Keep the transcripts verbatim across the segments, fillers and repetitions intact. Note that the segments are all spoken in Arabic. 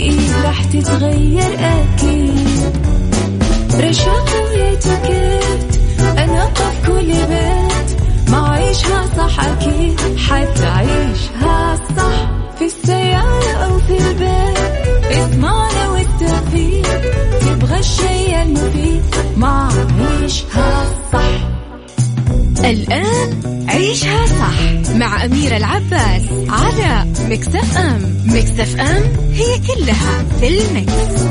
إيه راح تتغير أكيد. رشاق ويتوكيت أنا قف كل بيت ما عيشها صح أكيد حتعيشها صح. في السيارة أو في البيت اسمعنا والتوفيق تبغى الشيء المفيد ما عيشها صح. الآن عيشها صح مع أميرة العباس على ميكس اف ام. ميكس اف ام هي كلها في الميكس.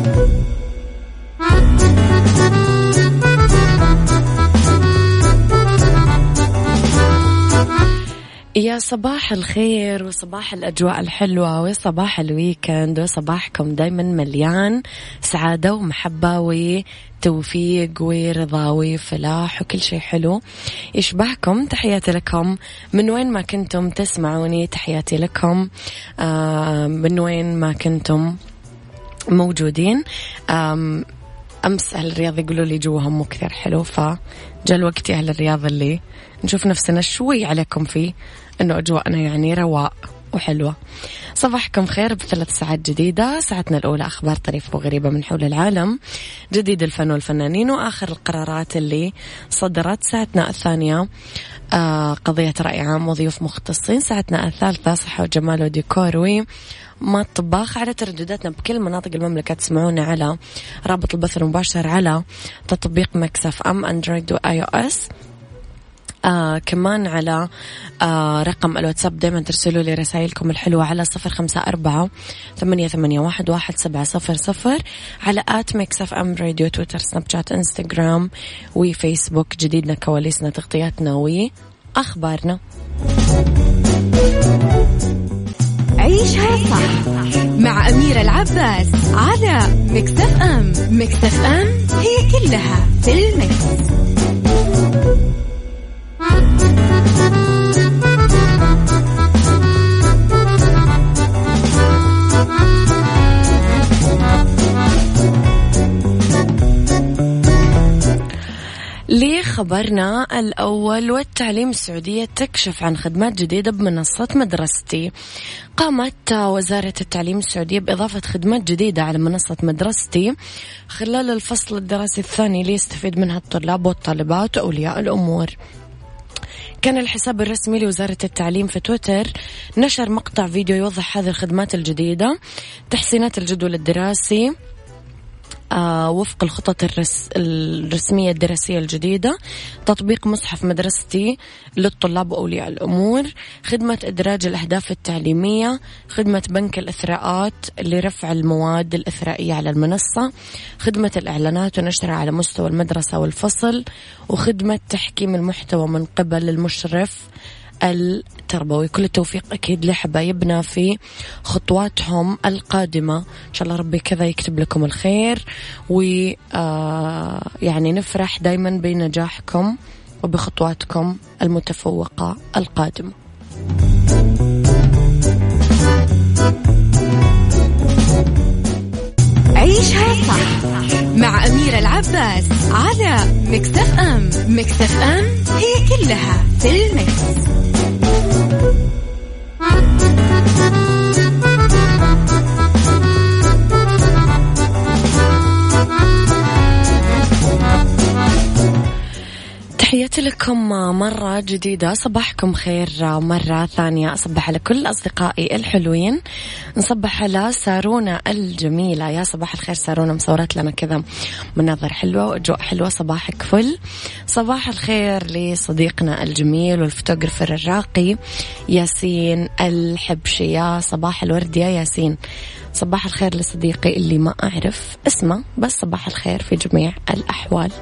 يا صباح الخير وصباح الأجواء الحلوة وصباح الويكند وصباحكم دايما مليان سعادة ومحبة وتوفيق ورضا وفلاح وكل شيء حلو يشبهكم. تحياتي لكم من وين ما كنتم تسمعوني، تحياتي لكم آه من وين ما كنتم موجودين. آم أمس أهل الرياض يقولوا لي جوهم مو كثير حلو، فجاء الوقت يا أهل الرياض اللي نشوف نفسنا شوي عليكم فيه إنه أجواءنا يعني رواء وحلوة. صباحكم خير بثلاث ساعات جديدة. ساعتنا الأولى أخبار طريفة وغريبة من حول العالم، جديد الفن والفنانين وآخر القرارات اللي صدرت. ساعتنا الثانية آه قضية رأي عام وضيوف مختصين. ساعتنا الثالثة صحة وجمال وديكور و ما الطباخ. على تردداتنا بكل مناطق المملكة تسمعونا على رابط البث المباشر على تطبيق ميكس اف ام اندرويد واي او اس. آه كمان على آه رقم الواتساب دايما ترسلوا لي رسائلكم الحلوة على صفر خمسة أربعة ثمانية ثمانية واحد واحد سبعة صفر صفر على آت ميكس اف ام راديو تويتر سناب شات انستغرام وفيسبوك. جديدنا كواليسنا تغطياتنا وأخبارنا. عيشها صح مع أميرة العباس على ميكس اف ام. ميكس اف ام هي كلها في الميكس. لخبرنا الأول، والتعليم السعودية تكشف عن خدمات جديدة بمنصة مدرستي. قامت وزارة التعليم السعودية بإضافة خدمات جديدة على منصة مدرستي خلال الفصل الدراسي الثاني ليستفيد منها الطلاب والطالبات وأولياء الأمور. كان الحساب الرسمي لوزارة التعليم في تويتر نشر مقطع فيديو يوضح هذه الخدمات الجديدة: تحسينات الجدول الدراسي آه وفق الخطط الرس الرسمية الدراسية الجديدة، تطبيق مصحف مدرستي للطلاب وأولياء الأمور، خدمة إدراج الأهداف التعليمية، خدمة بنك الإثراءات لرفع المواد الإثرائية على المنصة، خدمة الإعلانات ونشرها على مستوى المدرسة والفصل، وخدمة تحكيم المحتوى من قبل المشرف التربوي. كل التوفيق أكيد لحبايبنا في خطواتهم القادمة، إن شاء الله ربي كذا يكتب لكم الخير ويعني نفرح دايما بنجاحكم وبخطواتكم المتفوقة القادمة. عيشها صح مع أميرة العباس على ميكس اف ام. ميكس اف ام هي كلها في الميكس. تحياتي لكم مرة جديدة. صباحكم خير مرة ثانية. أصبح على كل أصدقائي الحلوين، نصبح على سارونا الجميلة. يا صباح الخير سارونا، مصورت لنا كذا مناظر حلوة وأجواء حلوة. صباحك فل. صباح الخير لصديقنا الجميل والفوتوغرافر الراقي ياسين الحبشي. يا صباح الورد يا ياسين. صباح الخير لصديقي اللي ما أعرف اسمه، بس صباح الخير في جميع الأحوال.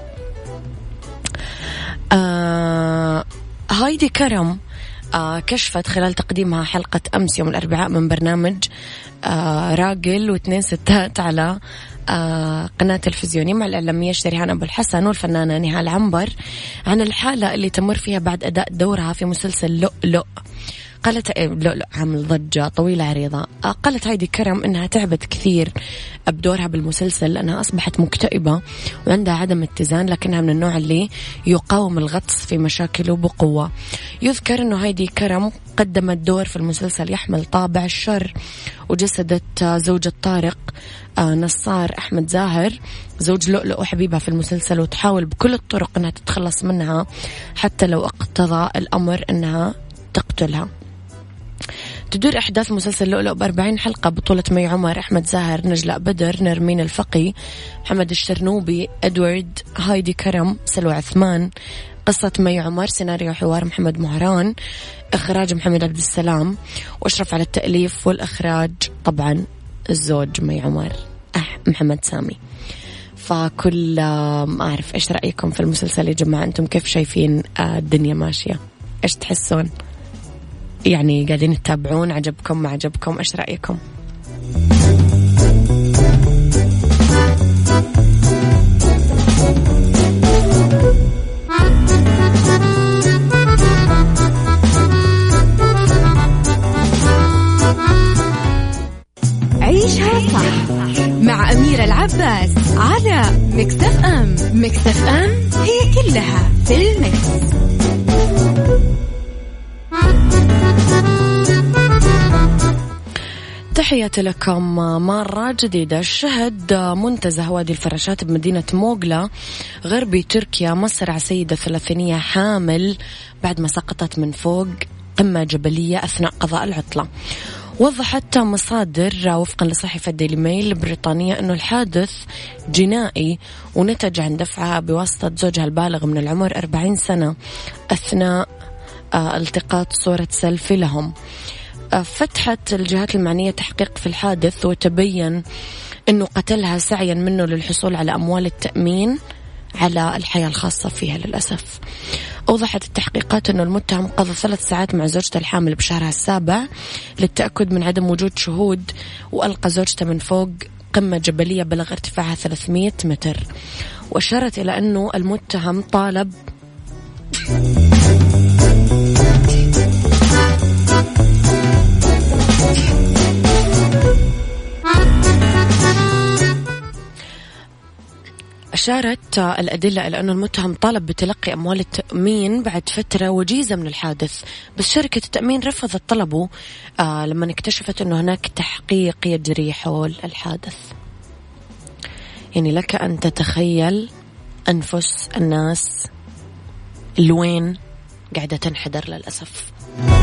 آه هايدي كرم آه كشفت خلال تقديمها حلقة أمس يوم الأربعاء من برنامج آه راجل واثنين ستات على آه قناة تلفزيونية مع الإعلامية شريهان أبو الحسن والفنانة نهال عنبر عن الحالة اللي تمر فيها بعد أداء دورها في مسلسل لؤلؤ. قالت لؤلؤ عامل ضجة طويلة عريضة. قالت هايدي كرم إنها تعبت كثير بدورها بالمسلسل لأنها أصبحت مكتئبة وعندها عدم اتزان، لكنها من النوع اللي يقاوم الغطس في مشاكله بقوة. يذكر إنه هايدي كرم قدمت دور في المسلسل يحمل طابع الشر، وجسدت زوجة طارق نصار أحمد زاهر زوج لؤلؤ وحبيبها في المسلسل، وتحاول بكل الطرق أنها تتخلص منها حتى لو اقتضى الأمر أنها تقتلها. تدور أحداث مسلسل لؤلؤ بأربعين حلقة، بطولة مي عمر، أحمد زاهر، نجلاء بدر، نرمين الفقي، محمد الشرنوبي، إدوارد، هايدي كرم، سلوى عثمان. قصة مي عمر، سيناريو حوار محمد مهران، إخراج محمد عبد السلام، وأشرف على التأليف والإخراج طبعا الزوج مي عمر أح محمد سامي. فكل ما أعرف إيش رأيكم في المسلسل يا جماعة؟ أنتم كيف شايفين الدنيا ماشية؟ إيش تحسون؟ يعني قاعدين تتابعون؟ عجبكم ما عجبكم؟ إيش رأيكم؟ عيشها صح مع أميرة العباس على ميكس اف ام. ميكس اف ام هي كلها في الميكس. تحياتي لكم مرة جديدة. شهد منتزه وادي الفراشات بمدينة موغلا غربي تركيا مصرع سيدة ثلاثينية حامل بعد ما سقطت من فوق قمة جبلية أثناء قضاء العطلة. وضحت مصادر وفقا لصحيفة ديلي ميل البريطانية أنه الحادث جنائي ونتج عن دفعها بواسطة زوجها البالغ من العمر أربعين سنة أثناء التقاط صورة سيلفي لهم. فتحت الجهات المعنية تحقيق في الحادث، وتبين أنه قتلها سعيا منه للحصول على أموال التأمين على الحياة الخاصة فيها للأسف. أوضحت التحقيقات أنه المتهم قضى ثلاث ساعات مع زوجته الحامل بشهرها السابع للتأكد من عدم وجود شهود، وألقى زوجته من فوق قمة جبلية بلغ ارتفاعها ثلاثمية متر. وأشارت إلى أنه المتهم طالب أشارت الأدلة إلى أن المتهم طالب بتلقي أموال التأمين بعد فترة وجيزة من الحادث، بس شركة التأمين رفضت طلبه آه لما اكتشفت أنه هناك تحقيق يجري حول الحادث. يعني لك أن تتخيل أنفس الناس الوين قاعدة تنحدر للأسف.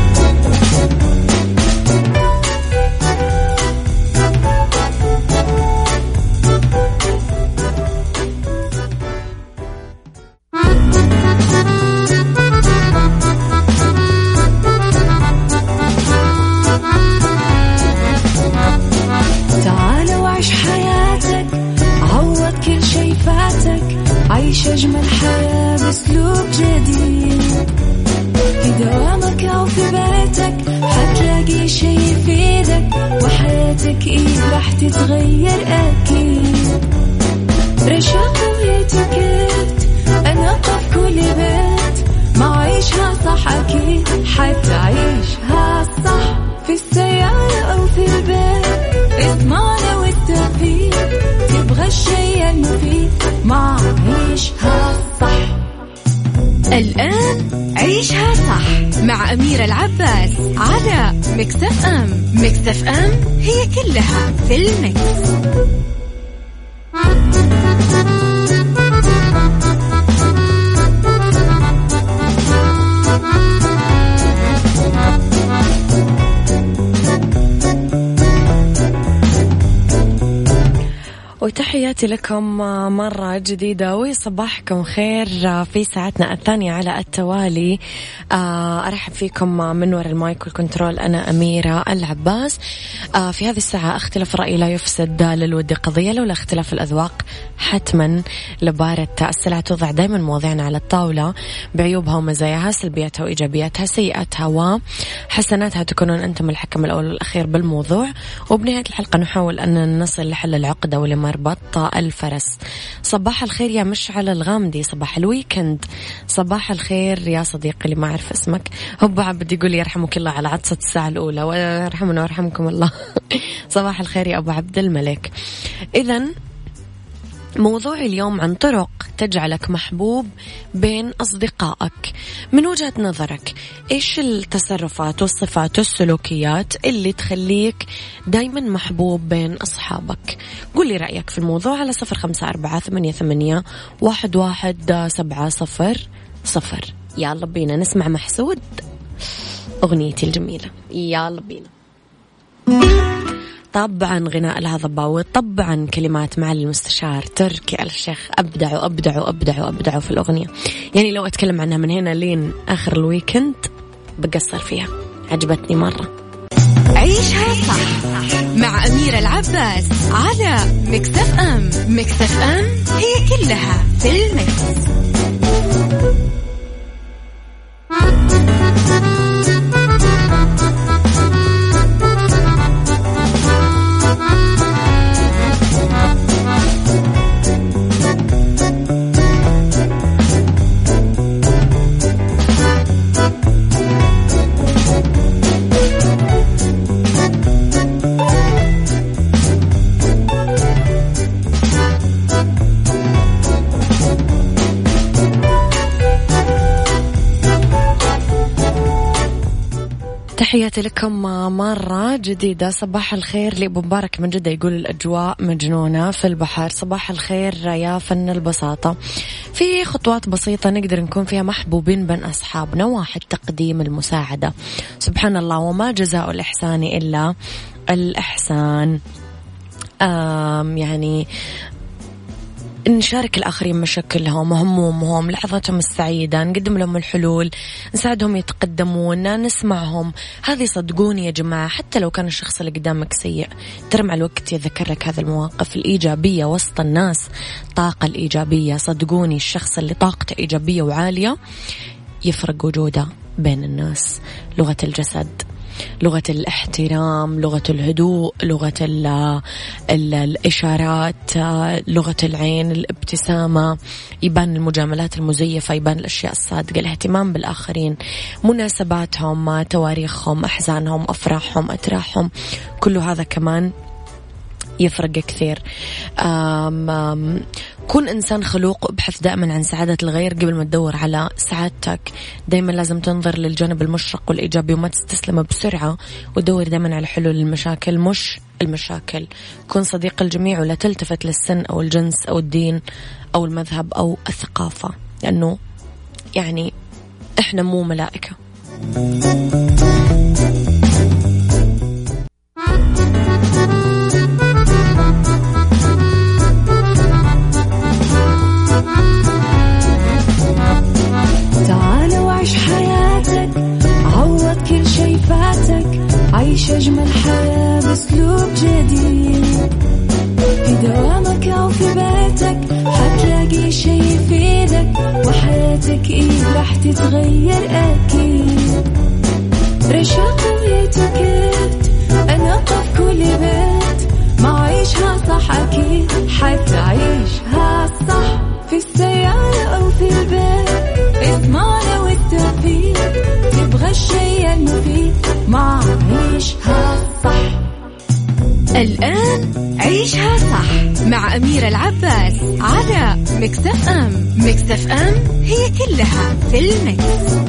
عيش أجمل حياة بأسلوب جديد في دوامك أو في بيتك، حتلاقي شي يفيدك وحياتك إيه راح تتغير أكيد. رشاق ويتكت أنا قف كل بيت ما عيشها صح أكيد حتعيشها صح في السيارة أو في البيت. اسمعنا والتوفيق تبغى الشيء المفيد ما عيشها صح. الآن عيشها صح مع أميرة العباس على ميكس اف ام. ميكس اف ام هي كلها في الميكس. وتحياتي لكم مرة جديدة وصباحكم خير في ساعتنا الثانية على التوالي. أرحب فيكم من وراء المايك والكنترول، أنا أميرة العباس. في هذه الساعة اختلاف الرأي لا يفسد للود قضية، لولا اختلاف الأذواق حتما لبارة السلع. توضع دائما مواضيعنا على الطاولة بعيوبها ومزاياها، سلبياتها وإيجابياتها، سيئاتها وحسناتها، تكونون أنتم الحكم الأول والأخير بالموضوع. وبنهاية الحلقة نحاول أن نصل لحل العقدة ولمربط بطة الفرس. صباح الخير يا مشعل الغامدي، صباح الويكند. صباح الخير يا صديقي اللي ما أعرف اسمك، هو عبد يقول يرحمك الله على عطسة الساعة الأولى، ويرحمنا ويرحمكم الله. صباح الخير يا أبو عبد الملك. إذن موضوع اليوم عن طرق تجعلك محبوب بين أصدقائك. من وجهة نظرك إيش التصرفات والصفات والسلوكيات اللي تخليك دايما محبوب بين أصحابك؟ قول لي رأيك في الموضوع على صفر خمسة أربعة ثمانية ثمانية واحد واحد سبعة صفر صفر. يلا بينا نسمع محسود أغنيتي الجميلة، يلا بينا. طبعا غناء الهضباوي، طبعا كلمات معالي المستشار تركي آل الشيخ، أبدعوا أبدعوا أبدعوا أبدعوا في الأغنية. يعني لو أتكلم عنها من هنا لين آخر الويكند بقصر فيها، عجبتني مرة. عيشها صح مع أميرة العباس على ميكس اف ام. ميكس اف ام هي كلها في الميكس. تحياتي لكم مرة جديدة. صباح الخير لأبو مبارك من جدة، يقول الأجواء مجنونة في البحر. صباح الخير يا فن البساطة. في خطوات بسيطة نقدر نكون فيها محبوبين بين أصحابنا. واحد، تقديم المساعدة. سبحان الله، وما جزاء الإحسان إلا الإحسان. آم يعني نشارك الآخرين مشاكلهم وهمومهم، لحظاتهم السعيدة، نقدم لهم الحلول، نساعدهم يتقدمون، نسمعهم. هذه صدقوني يا جماعة، حتى لو كان الشخص اللي قدامك سيء، ترى مع الوقت يذكر لك هذه المواقف الإيجابية وسط الناس. طاقة الإيجابية، صدقوني الشخص اللي طاقته إيجابية وعالية يفرق وجوده بين الناس. لغة الجسد، لغة الاحترام، لغة الهدوء، لغة ال ال الإشارات، لغة العين، الابتسامة، يبان المجاملات المزيفة، يبان الأشياء الصادقة، الاهتمام بالآخرين، مناسباتهم، تواريخهم، أحزانهم، أفراحهم، أتراحهم، كل هذا كمان يفرق كثير. آم آم كون إنسان خلوق، ابحث دائما عن سعادة الغير قبل ما تدور على سعادتك. دائما لازم تنظر للجانب المشرق والإيجابي وما تستسلم بسرعة، ودور دائما على حلول المشاكل مش المشاكل. كن صديق الجميع ولا تلتفت للسن أو الجنس أو الدين أو المذهب أو الثقافة، لأنه يعني إحنا مو ملائكة. عيش أجمل حياة بأسلوب جديد، في دوامك أو في بيتك حتلاقي شي يفيدك، وحياتك إيه راح تتغير أكيد. رشاق ويتوكيت أنا قف كل بيت، ما عيشها صح أكيد حتعيشها صح، في السيارة أو في البيت اسمعنا والتوفيق، تبغى الشي المفيد ما عيشها صح. الآن عيشها صح مع أميرة العباس على ميكس اف ام. ميكس اف ام هي كلها في الميكس.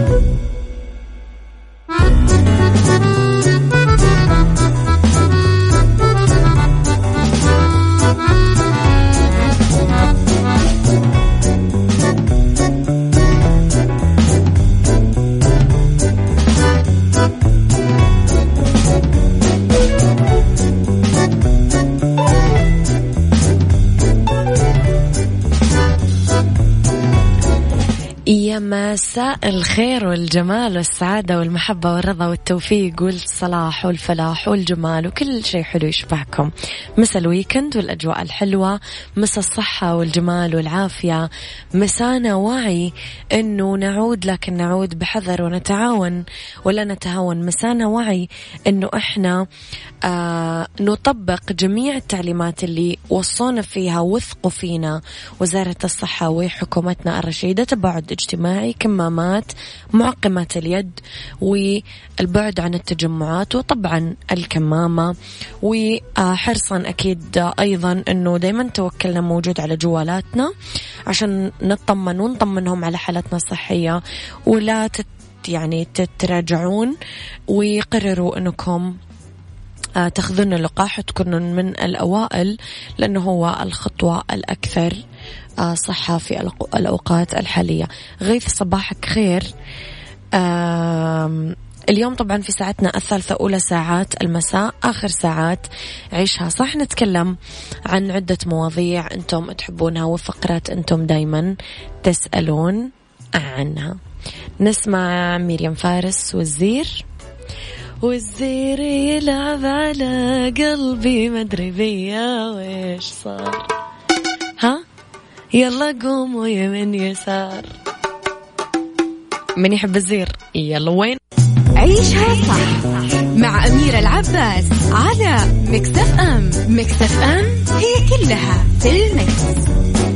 مساء الخير والجمال والسعادة والمحبة والرضا والتوفيق والصلاح والفلاح والجمال وكل شيء حلو يشبهكم. مساء الويكند والأجواء الحلوة، مساء الصحة والجمال والعافية، مسانا وعي أنه نعود لكن نعود بحذر ونتعاون ولا نتهاون، مسانا وعي أنه إحنا آه نطبق جميع التعليمات اللي وصونا فيها وثقوا فينا وزارة الصحة وحكومتنا الرشيدة، تباعد اجتماعي، كمامات، معقمات اليد والبعد عن التجمعات، وطبعا الكمامة، وحرصا أكيد أيضا أنه دايما توكلنا موجود على جوالاتنا عشان نطمن ونطمنهم على حالتنا الصحية، ولا تت يعني تتراجعون ويقرروا أنكم تاخذون اللقاح وتكونون من الأوائل، لأنه هو الخطوة الأكثر صحة في الأوقات الحالية. غيث صباحك خير. اليوم طبعا في ساعتنا الثالثة أولى ساعات المساء، آخر ساعات عيشها صح، نتكلم عن عدة مواضيع أنتم تحبونها وفقرات أنتم دايما تسألون عنها. نسمع مريم فارس والزير. والزير يلعب على قلبي مدري بيا ويش صار، ها يلا قوموا يمين يسار. من يحب الزير يلا وين. عيشها صح مع أميرة العباس على ميكس اف ام. ميكس اف ام هي كلها في الميكس.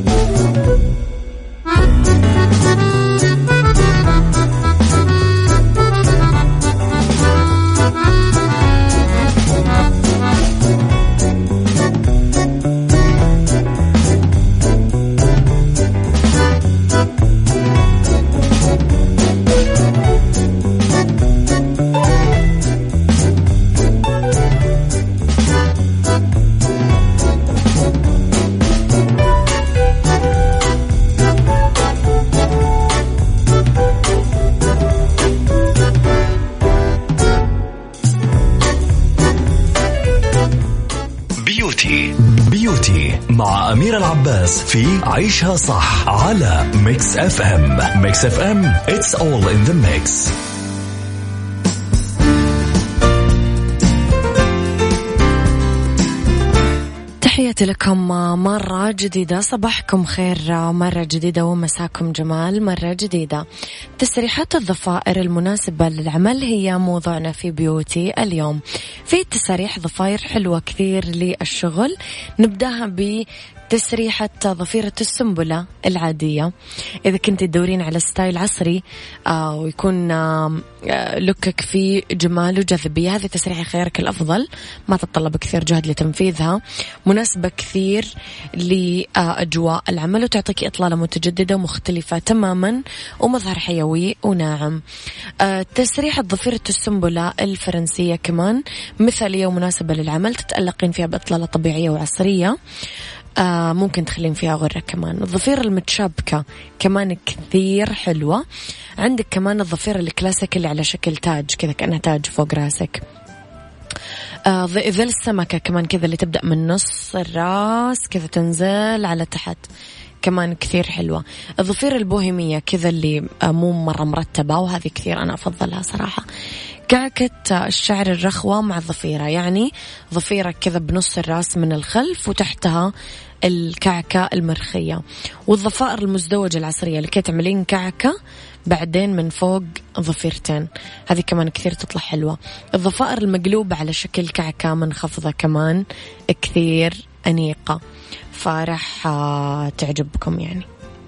بيوتي مع أميرة العباس في عيشها صح على ميكس اف ام. ميكس اف ام it's all in the mix. تحياتي لكم مرة جديدة، صباحكم خير مرة جديدة ومساكم جمال مرة جديدة. تسريحات الضفائر المناسبة للعمل هي موضوعنا في بيوتي اليوم. في تسريح ضفائر حلوة كثير للشغل، نبداها ب تسريحة ضفيرة السنبلة العادية. إذا كنت تدورين على ستايل عصري آه ويكون آه لوكك فيه جمال وجاذبية، هذه تسريحة خيارك الأفضل، ما تتطلب كثير جهد لتنفيذها، مناسبة كثير لأجواء العمل وتعطيك إطلالة متجددة ومختلفة تماما ومظهر حيوي وناعم. آه تسريحة ضفيرة السنبلة الفرنسية كمان مثالية ومناسبة للعمل، تتألقين فيها بإطلالة طبيعية وعصرية. آه ممكن تخلين فيها غرة كمان. الضفيرة المتشابكة كمان كثير حلوة. عندك كمان الضفيرة الكلاسيك اللي على شكل تاج كذا كأنها تاج فوق راسك. آه ذيل السمكة كمان كذا اللي تبدأ من نص الراس كذا تنزل على تحت، كمان كثير حلوة. الضفيرة البوهيمية كذا اللي مو مرة مرتبة، وهذه كثير أنا أفضلها صراحة. كعكة الشعر الرخوة مع الضفيرة، يعني ضفيرة كذا بنص الراس من الخلف وتحتها الكعكة المرخية. والضفائر المزدوجة العصرية اللي كي تعملين كعكة بعدين من فوق ضفيرتين، هذه كمان كثير تطلع حلوة. الضفائر المقلوبة على شكل كعكة منخفضة كمان كثير أنيقة، فراح تعجبكم يعني.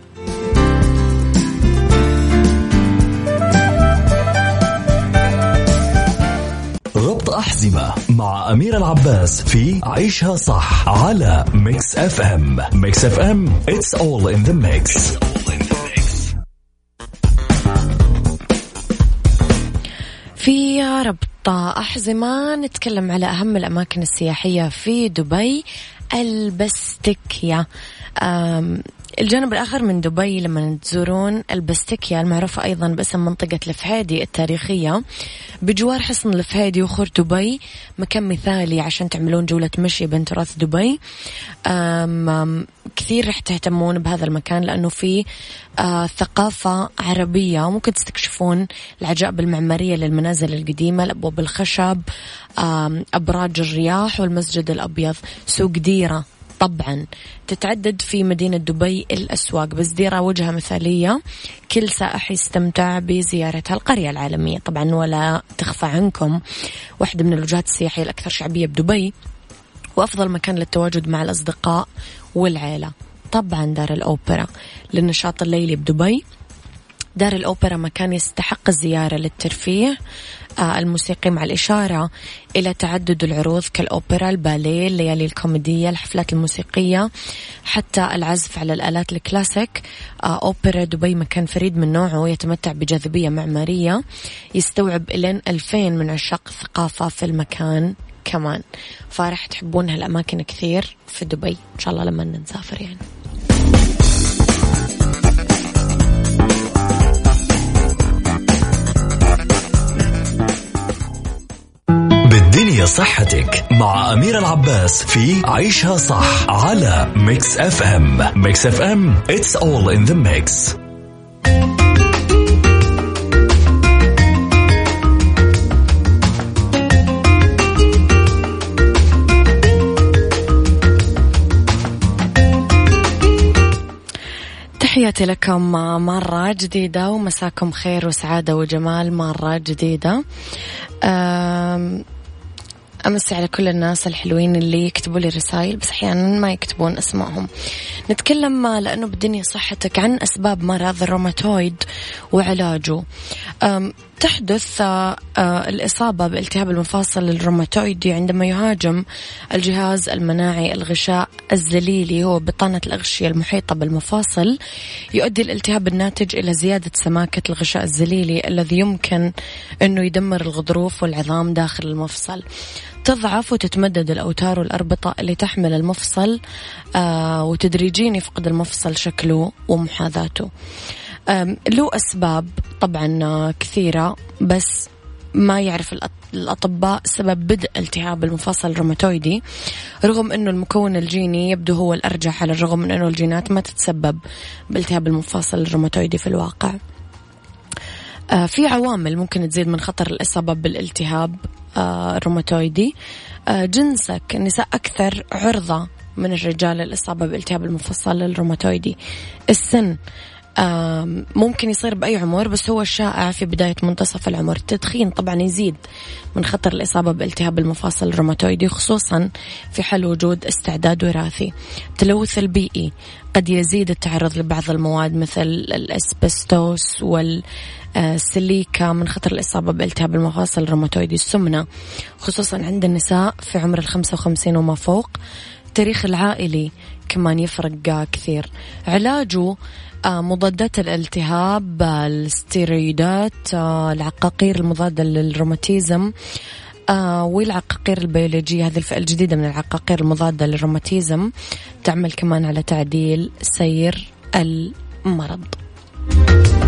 ربط أحزمة مع أميرة العباس في عيشها صح على ميكس اف ام. ميكس اف ام it's all in the mix. في ربط أحزمة نتكلم على أهم الأماكن السياحية في دبي. البستكية الجانب الآخر من دبي لما تزورون البستكيا المعروفة أيضا باسم منطقة الفهيدي التاريخية بجوار حصن الفهيدي وخور دبي، مكان مثالي عشان تعملون جولة مشي بين تراث دبي. أم أم كثير رح تهتمون بهذا المكان لأنه فيه آه ثقافة عربية، وممكن تستكشفون العجائب المعمارية للمنازل القديمة، الأبواب الخشب، أبراج الرياح والمسجد الأبيض. سوق ديرة طبعا تتعدد في مدينة دبي الأسواق، بس ديرة وجهة مثالية كل سائح يستمتع بزيارتها. القرية العالمية طبعا ولا تخفى عنكم، واحدة من الوجهات السياحية الأكثر شعبية بدبي، وأفضل مكان للتواجد مع الأصدقاء والعائلة. طبعا دار الأوبرا للنشاط الليلي بدبي. دار الأوبرا مكان يستحق الزيارة للترفيه آه الموسيقي، مع الإشارة إلى تعدد العروض كالأوبرا، الباليه، الليالي الكوميدية، الحفلات الموسيقية، حتى العزف على الآلات الكلاسيك. آه أوبرا دبي مكان فريد من نوعه، يتمتع بجاذبية معمارية، يستوعب إلين ألفين من عشاق الثقافة في المكان كمان. فارح تحبون هالأماكن كثير في دبي إن شاء الله لما نسافر يعني. بالدنيا صحتك مع أميرة العباس في عيشها صح على ميكس اف ام. ميكس اف ام it's all in the mix. تحياتي لكم مرة جديدة ومساكم خير وسعادة وجمال مرة جديدة. أمسي على كل الناس الحلوين اللي يكتبوا لي رسائل بس أحيانا ما يكتبون اسمائهم. نتكلم لأنه بالدنيا صحتك عن أسباب مرض الروماتويد وعلاجه. تحدث الإصابة بالتهاب المفاصل الروماتويدي عندما يهاجم الجهاز المناعي الغشاء الزليلي، هو بطانة الأغشية المحيطة بالمفاصل. يؤدي الالتهاب الناتج إلى زيادة سماكة الغشاء الزليلي الذي يمكن أنه يدمر الغضروف والعظام داخل المفصل. تضعف وتتمدد الأوتار والأربطة اللي تحمل المفصل، آه وتدريجيا يفقد المفصل شكله ومحاذاته. له أسباب طبعا كثيرة، بس ما يعرف الأطباء سبب بدء التهاب المفاصل الروماتويدي، رغم أنه المكون الجيني يبدو هو الأرجح، على الرغم من أنه الجينات ما تتسبب بالتهاب المفاصل الروماتويدي في الواقع. آه في عوامل ممكن تزيد من خطر الإصابة بالالتهاب آه الروماتويدي. آه جنسك، النساء أكثر عرضة من الرجال للإصابة بالتهاب المفصل الروماتويدي. السن ممكن يصير بأي عمر، بس هو الشائع في بداية منتصف العمر. التدخين طبعا يزيد من خطر الإصابة بالتهاب المفاصل الروماتويدي، خصوصا في حال وجود استعداد وراثي. التلوث البيئي قد يزيد التعرض لبعض المواد مثل الأسبستوس والسيليكا من خطر الإصابة بالتهاب المفاصل الروماتويدي. السمنة خصوصا عند النساء في عمر الخمسة وخمسين وما فوق. التاريخ العائلي كمان يفرق كثير. علاجه مضادات الالتهاب، الستيرويدات، العقاقير المضادة للروماتيزم والعقاقير البيولوجية. هذه الفئة الجديدة من العقاقير المضادة للروماتيزم تعمل كمان على تعديل سير المرض.